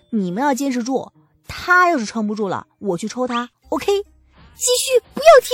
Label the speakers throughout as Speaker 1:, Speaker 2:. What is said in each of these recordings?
Speaker 1: 你们要坚持住，他要是撑不住了，我去抽他 OK， 继续不要停。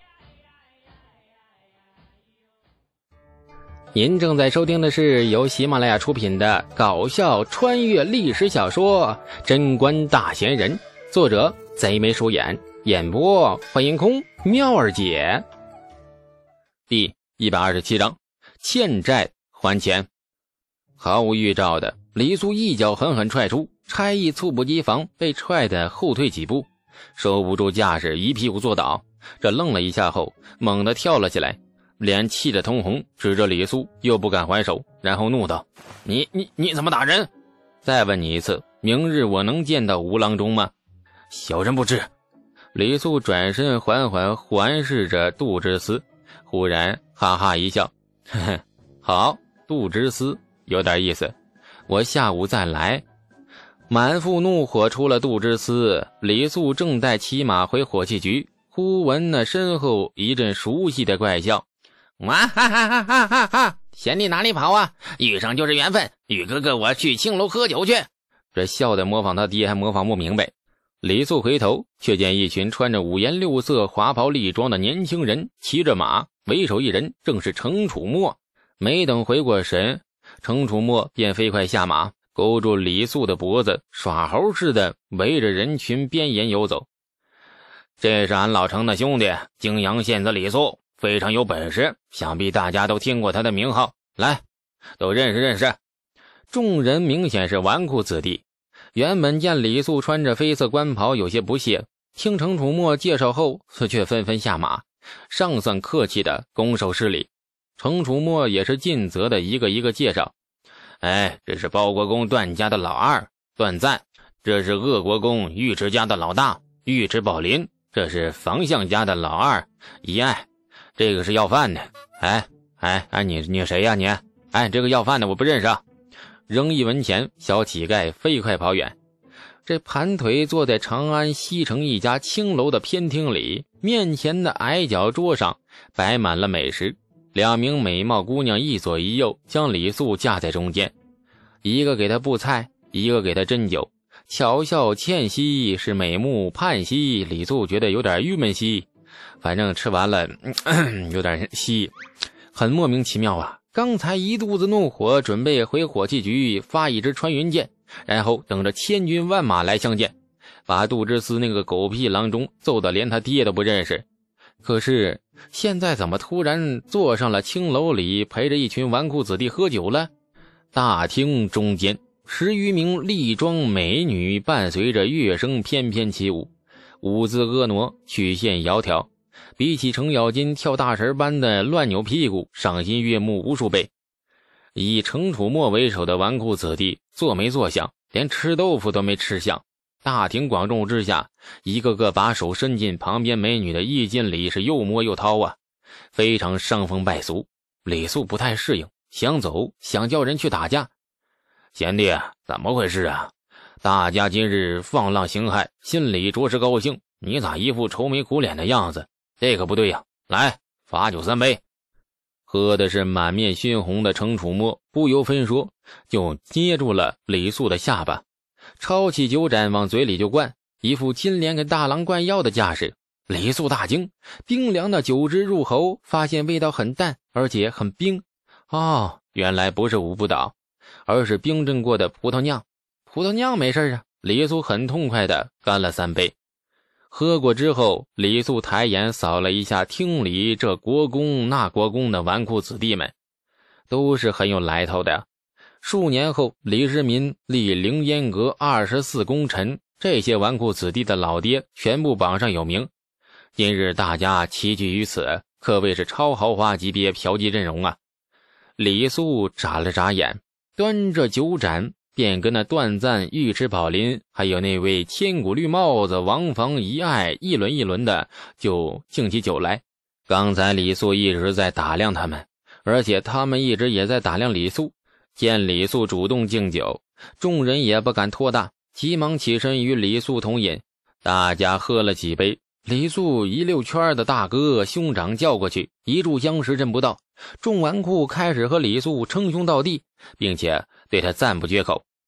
Speaker 2: 您正在收听的是由喜马拉雅出品的搞笑穿越历史小说《贞观大贤人》，作者贼眉鼠眼，演播欢迎空妙儿姐。第127章，欠债还钱。毫无预兆的，李素一脚狠狠踹出，差役猝不及防被踹得后退几步，收不住架势，一屁股坐倒。这愣了一下后，猛地跳了起来，脸气得通红，指着李素又不敢还手，然后怒道：你怎么打人？再问你一次，明日我能见到吴郎中吗？小人不知。李素转身缓缓环视着杜之思，忽然哈哈一笑，呵呵，好，杜之思有点意思，我下午再来。满腹怒火出了杜之思，李素正待骑马回火器局，忽闻那身后一阵熟悉的怪笑，哇哈哈哈哈哈哈！贤弟哪里跑啊？遇上就是缘分，玉哥哥我去青楼喝酒去。这笑的模仿他爹还模仿不明白。李素回头却见一群穿着五颜六色华袍丽装的年轻人骑着马，为首一人正是程楚墨。没等回过神，程楚墨便飞快下马，勾住李素的脖子，耍猴似的围着人群边沿游走。这是俺老程的兄弟，泾阳县子李素，非常有本事，想必大家都听过他的名号，来，都认识认识。众人明显是纨绔子弟，原本见李素穿着绯色官袍有些不屑，听程楚墨介绍后却纷纷下马，尚算客气的拱手施礼。程楚墨也是尽责的一个一个介绍，这是包国公段家的老二段赞，这是鄂国公尉迟家的老大尉迟宝林，这是房相家的老二遗爱，这个是要饭的。你谁呀你？这个要饭的我不认识啊。扔一文钱，小乞丐飞快跑远。这盘腿坐在长安西城一家青楼的偏厅里，面前的矮脚桌上摆满了美食，两名美貌姑娘一左一右将李素架在中间，一个给他布菜，一个给他斟酒，巧笑倩兮，是美目盼兮。李素觉得有点郁闷兮，反正吃完了有点稀，很莫名其妙啊。刚才一肚子怒火，准备回火器局发一支穿云箭，然后等着千军万马来相见，把杜之思那个狗屁郎中揍得连他爹都不认识。可是现在怎么突然坐上了青楼里，陪着一群纨绔子弟喝酒了？大厅中间10余名丽装美女伴随着乐声翩翩起舞，舞姿婀娜，曲线窈窕，比起程咬金跳大神般的乱扭屁股赏心悦目无数倍。以程楚墨为首的纨绔子弟坐没坐相，连吃豆腐都没吃相。大庭广众之下，一个个把手伸进旁边美女的衣襟里，是又摸又掏啊，非常伤风败俗。李素不太适应，想走，想叫人去打架。贤弟，怎么回事啊？大家今日放浪形骸，心里着实高兴，你咋一副愁眉苦脸的样子？这可不对呀，来，罚酒3杯。喝的是满面熏红的程楚墨不由分说就捏住了李素的下巴，抄起酒盏往嘴里就灌，一副金莲给大郎灌药的架势。李素大惊，冰凉的酒汁入喉，发现味道很淡，而且很冰。原来不是五不倒，而是冰镇过的葡萄酿。葡萄酿没事啊，李素很痛快地干了3杯。喝过之后，李素抬眼扫了一下厅里这国公那国公的纨绔子弟们，都是很有来头的。数年后，李世民立凌烟阁24功臣，这些纨绔子弟的老爹全部榜上有名。今日大家齐聚于此，可谓是超豪华级别嫖妓阵容啊。李素眨了眨眼，端着酒盏便跟那段赞、尉迟宝林还有那位千古绿帽子王房遗爱一轮一轮的就敬起酒来。刚才李素一直在打量他们，而且他们一直也在打量李素。见李素主动敬酒，众人也不敢托大，急忙起身与李素同饮。大家喝了几杯，李素一溜圈的大哥兄长叫过去，一炷香时阵不到，众纨绔开始和李素称兄道弟，并且对他赞不绝口。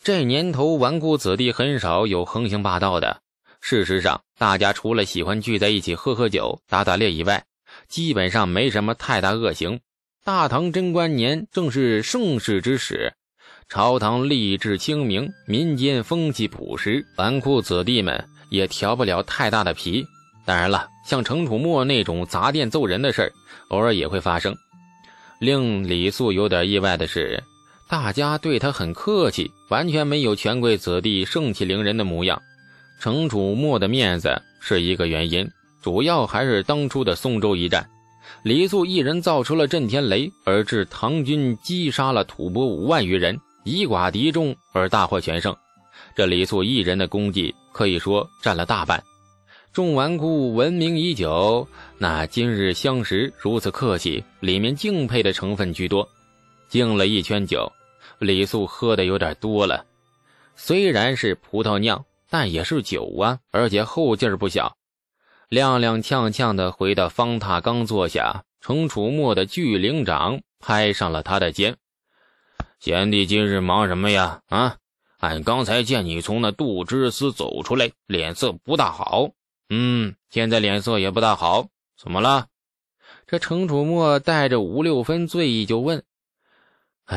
Speaker 2: 这年头纨绔子弟很少有横行霸道的。事实上，大家除了喜欢聚在一起喝喝酒、打打猎以外，基本上没什么太大恶行。大唐贞观年正是盛世之时，朝堂吏治清明，民间风气朴实，纨绔子弟们也调不了太大的皮。当然了，像程楚墨那种砸店揍人的事儿，偶尔也会发生。令李肃有点意外的是，大家对他很客气，完全没有权贵子弟盛气凌人的模样。程楚墨的面子是一个原因，主要还是当初的松州一战，李肃一人造出了震天雷，而致唐军击杀了吐蕃5万余人，以寡敌众而大获全胜。这李肃一人的功绩可以说占了大半。众纨绔闻名已久，那今日相识如此客气，里面敬佩的成分居多。敬了一圈酒，李肃喝的有点多了，虽然是葡萄酿，但也是酒啊，而且后劲儿不小。踉踉跄跄地回到方榻，刚坐下，程楚墨的巨灵掌拍上了他的肩。贤弟今日忙什么呀？啊，俺刚才见你从那杜之司走出来，脸色不大好。现在脸色也不大好，怎么了？这程楚墨带着5、6分醉意就问。哎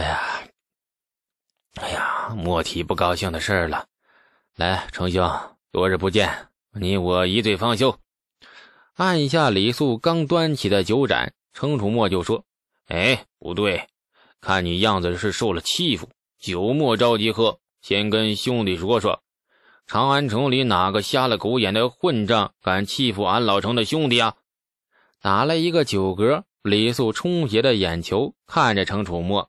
Speaker 2: 呀，莫提不高兴的事了。来，程兄，多日不见，你我一醉方休。按下李肃刚端起的酒盏，程楚墨就说：不对，看你样子是受了欺负，酒莫着急喝，先跟兄弟说说，长安城里哪个瞎了狗眼的混账敢欺负俺老程的兄弟啊？打了一个酒嗝，李肃充血的眼球看着程楚墨。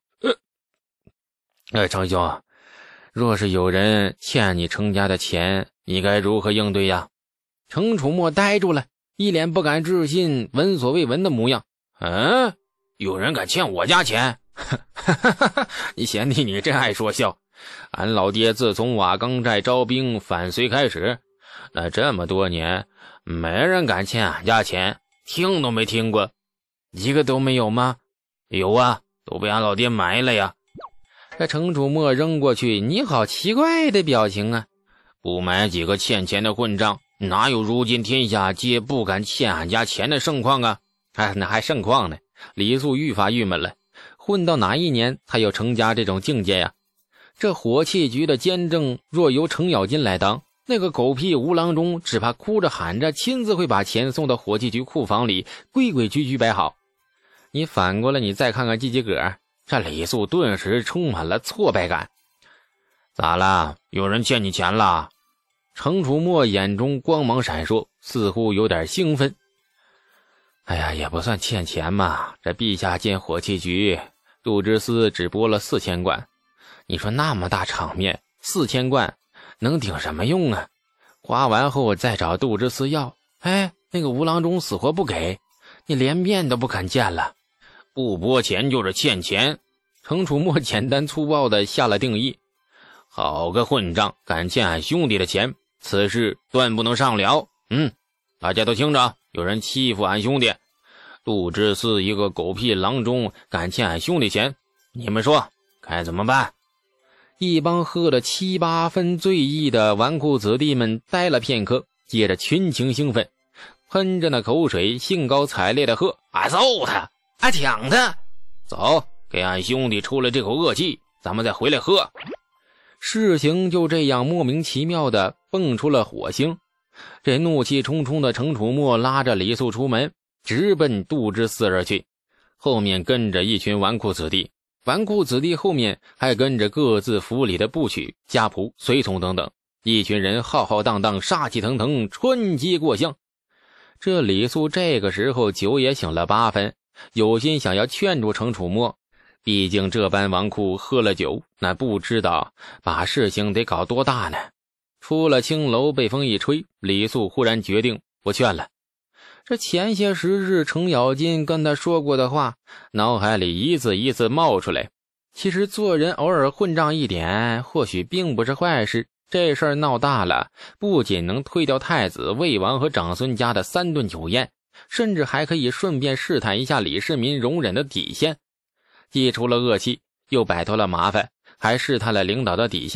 Speaker 2: 程兄，若是有人欠你程家的钱，你该如何应对呀？程楚墨呆住了，一脸不敢置信、闻所未闻的模样。有人敢欠我家钱？你贤弟你真爱说笑。俺老爹自从瓦岗寨招兵反隋开始，那这么多年没人敢欠俺家钱，听都没听过。一个都没有吗？有啊，都被俺老爹埋了呀。这程楚墨扔过去你好奇怪的表情啊，不埋几个欠钱的混账，哪有如今天下皆不敢欠俺家钱的盛况啊？那还盛况呢？李肃愈发郁闷了，混到哪一年才有程家这种境界呀？这火器局的监正若由程咬金来当，那个狗屁吴郎中只怕哭着喊着亲自会把钱送到火器局库房里规规矩矩摆好。你反过来你再看看季葛，这李肃顿时充满了挫败感。咋啦？有人欠你钱了？程楚墨眼中光芒闪烁，似乎有点兴奋。也不算欠钱嘛，这陛下建火器局，杜之司只拨了4000贯。你说那么大场面，4000贯能顶什么用啊？花完后再找杜之司要，那个吴郎中死活不给，你连面都不肯见了。不拨钱就是欠钱。程楚墨简单粗暴地下了定义。好个混账，敢欠俺兄弟的钱，此事断不能上了。大家都听着，有人欺负俺兄弟，杜之司一个狗屁郎中敢欠俺兄弟钱，你们说该怎么办？一帮喝了7、8分醉意的纨绔子弟们呆了片刻，接着群情兴奋，喷着那口水，兴高采烈的喝：揍他，抢他，走，给俺兄弟出了这口恶气，咱们再回来喝。事情就这样莫名其妙的蹦出了火星。这怒气冲冲的程楚墨拉着李肃出门，直奔杜之司而去，后面跟着一群纨绔子弟。纨绔子弟后面还跟着各自府里的部曲、家仆、随从等等，一群人浩浩荡荡，杀气腾腾，穿街过巷。这李肃这个时候酒也醒了8分，有心想要劝住程楚墨，毕竟这般纨绔喝了酒，那不知道把事情得搞多大呢。出了青楼，被风一吹，李肃忽然决定不劝了。这前些时日程咬金跟他说过的话，脑海里一字一字冒出来。其实做人偶尔混账一点，或许并不是坏事。这事儿闹大了，不仅能推掉太子、魏王和长孙家的3顿酒宴，甚至还可以顺便试探一下李世民容忍的底线。既出了恶气，又摆脱了麻烦，还试探了领导的底线，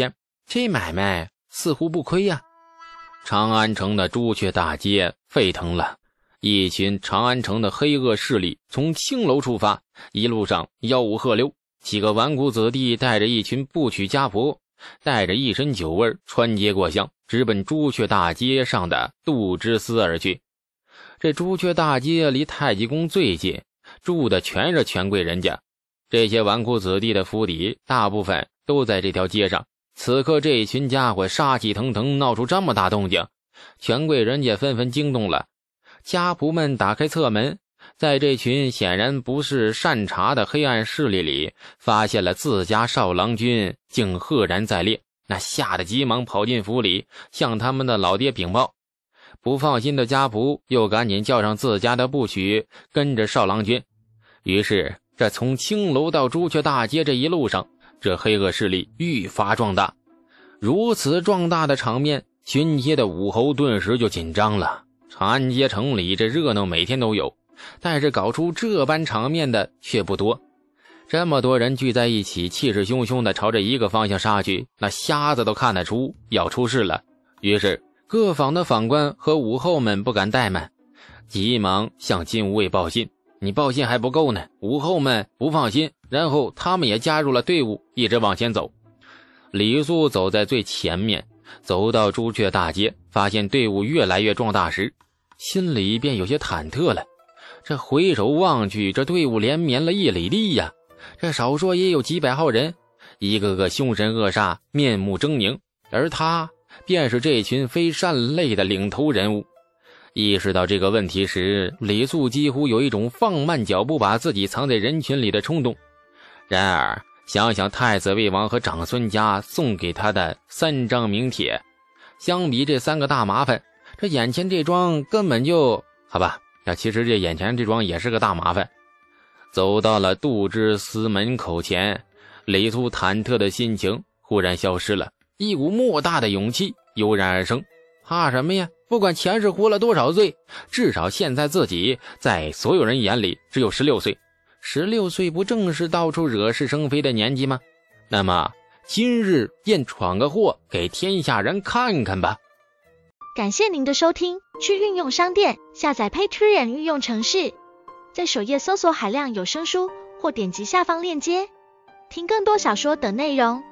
Speaker 2: 这买卖似乎不亏呀。长安城的朱雀大街沸腾了，一群长安城的黑恶势力从青楼出发，一路上吆五喝六，几个纨绔子弟带着一群不娶家婆，带着一身酒味穿街过巷，直奔朱雀大街上的杜之司而去。这朱雀大街离太极宫最近，住的全是权贵人家，这些纨绔子弟的府邸大部分都在这条街上。此刻这群家伙杀气腾腾，闹出这么大动静，权贵人家纷纷惊动了。家仆们打开侧门，在这群显然不是善茬的黑暗势力里，发现了自家少郎君竟赫然在列，那吓得急忙跑进府里，向他们的老爹禀报。不放心的家仆又赶紧叫上自家的部曲，跟着少郎君。于是这从青楼到朱雀大街这一路上，这黑恶势力愈发壮大。如此壮大的场面，巡街的武侯顿时就紧张了。长安街城里这热闹每天都有，但是搞出这般场面的却不多。这么多人聚在一起，气势汹汹地朝着一个方向杀去，那瞎子都看得出要出事了。于是各坊的坊官和武后们不敢怠慢，急忙向金吾卫报信。你报信还不够呢，武后们不放心，然后他们也加入了队伍，一直往前走。李肃走在最前面，走到朱雀大街，发现队伍越来越壮大时，心里便有些忐忑了。这回首望去，这队伍连绵了1里地呀，这少说也有几百号人，一个个凶神恶煞，面目狰狞，而他便是这群非善类的领头人物。意识到这个问题时，李肃几乎有一种放慢脚步把自己藏在人群里的冲动。然而想想太子魏王和长孙家送给他的3张名帖，相比这3个大麻烦，这眼前这桩根本就好吧，其实这眼前这桩也是个大麻烦。走到了杜之司门口前，李肃忐忑的心情忽然消失了，一股莫大的勇气油然而生。怕什么呀？不管前世活了多少岁，至少现在自己在所有人眼里只有16岁。16岁不正是到处惹是生非的年纪吗？那么今日便闯个祸给天下人看看吧。
Speaker 3: 感谢您的收听，去运用商店下载 Patreon 运用程式，在首页搜索海量有声书，或点击下方链接听更多小说等内容。